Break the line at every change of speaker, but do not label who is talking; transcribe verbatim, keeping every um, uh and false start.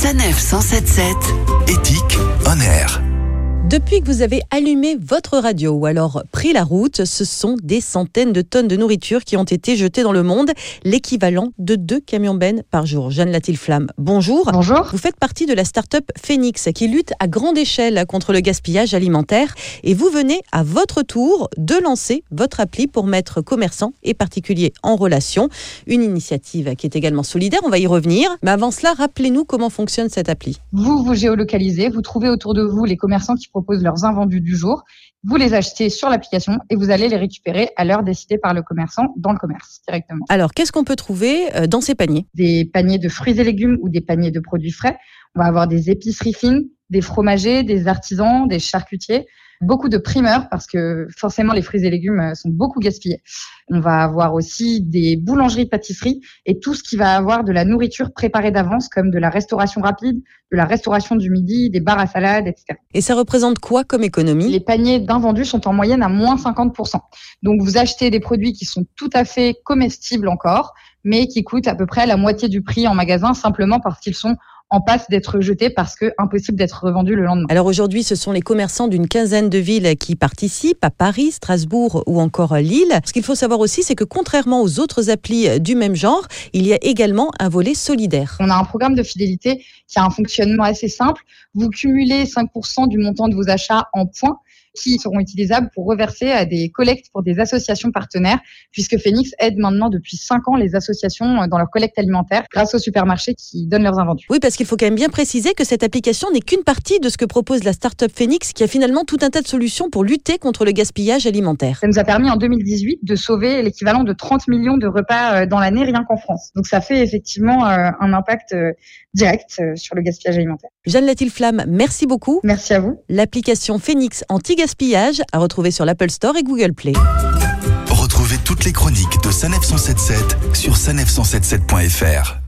Sanef cent sept virgule sept. Éthique on air.
Depuis que vous avez allumé votre radio ou alors pris la route, ce sont des centaines de tonnes de nourriture qui ont été jetées dans le monde, l'équivalent de deux camions bennes par jour. Jeanne Latil-Flamme, bonjour.
Bonjour.
Vous faites partie de la start-up Phoenix qui lutte à grande échelle contre le gaspillage alimentaire et vous venez à votre tour de lancer votre appli pour mettre commerçants et particuliers en relation. Une initiative qui est également solidaire, on va y revenir. Mais avant cela, rappelez-nous comment fonctionne cette appli.
Vous vous géolocalisez, vous trouvez autour de vous les commerçants qui proposent leurs invendus du jour, vous les achetez sur l'application et vous allez les récupérer à l'heure décidée par le commerçant dans le commerce directement.
Alors, qu'est-ce qu'on peut trouver dans ces paniers ?
Des paniers de fruits et légumes ou des paniers de produits frais. On va avoir des épiceries fines, des fromagers, des artisans, des charcutiers, beaucoup de primeurs parce que forcément les fruits et légumes sont beaucoup gaspillés. On va avoir aussi des boulangeries-pâtisseries et tout ce qui va avoir de la nourriture préparée d'avance comme de la restauration rapide, de la restauration du midi, des bars à salade, et cetera.
Et ça représente quoi comme économie ?
Les paniers d'invendus sont en moyenne à moins cinquante pour cent. Donc vous achetez des produits qui sont tout à fait comestibles encore, mais qui coûtent à peu près la moitié du prix en magasin simplement parce qu'ils sont en passe d'être jetés parce que impossible d'être revendus le lendemain.
Alors aujourd'hui, ce sont les commerçants d'une quinzaine de villes qui participent à Paris, Strasbourg ou encore Lille. Ce qu'il faut savoir aussi, c'est que contrairement aux autres applis du même genre, il y a également un volet solidaire.
On a un programme de fidélité qui a un fonctionnement assez simple. Vous cumulez cinq pour cent du montant de vos achats en points qui seront utilisables pour reverser à des collectes pour des associations partenaires, puisque Phoenix aide maintenant depuis cinq ans les associations dans leur collecte alimentaire grâce aux supermarchés qui donnent leurs invendus.
Oui, parce qu'il faut quand même bien préciser que cette application n'est qu'une partie de ce que propose la start-up Phoenix, qui a finalement tout un tas de solutions pour lutter contre le gaspillage alimentaire.
Ça nous a permis en deux mille dix-huit de sauver l'équivalent de trente millions de repas dans l'année rien qu'en France. Donc ça fait effectivement un impact direct sur le gaspillage alimentaire.
Jeanne Latil-Flamme, merci beaucoup.
Merci à vous.
L'application Phoenix anti-gaspillage à retrouver sur l'Apple Store et Google Play.
Retrouvez toutes les chroniques de Sanef cent sept virgule sept sur sanef cent soixante-dix-sept point f r.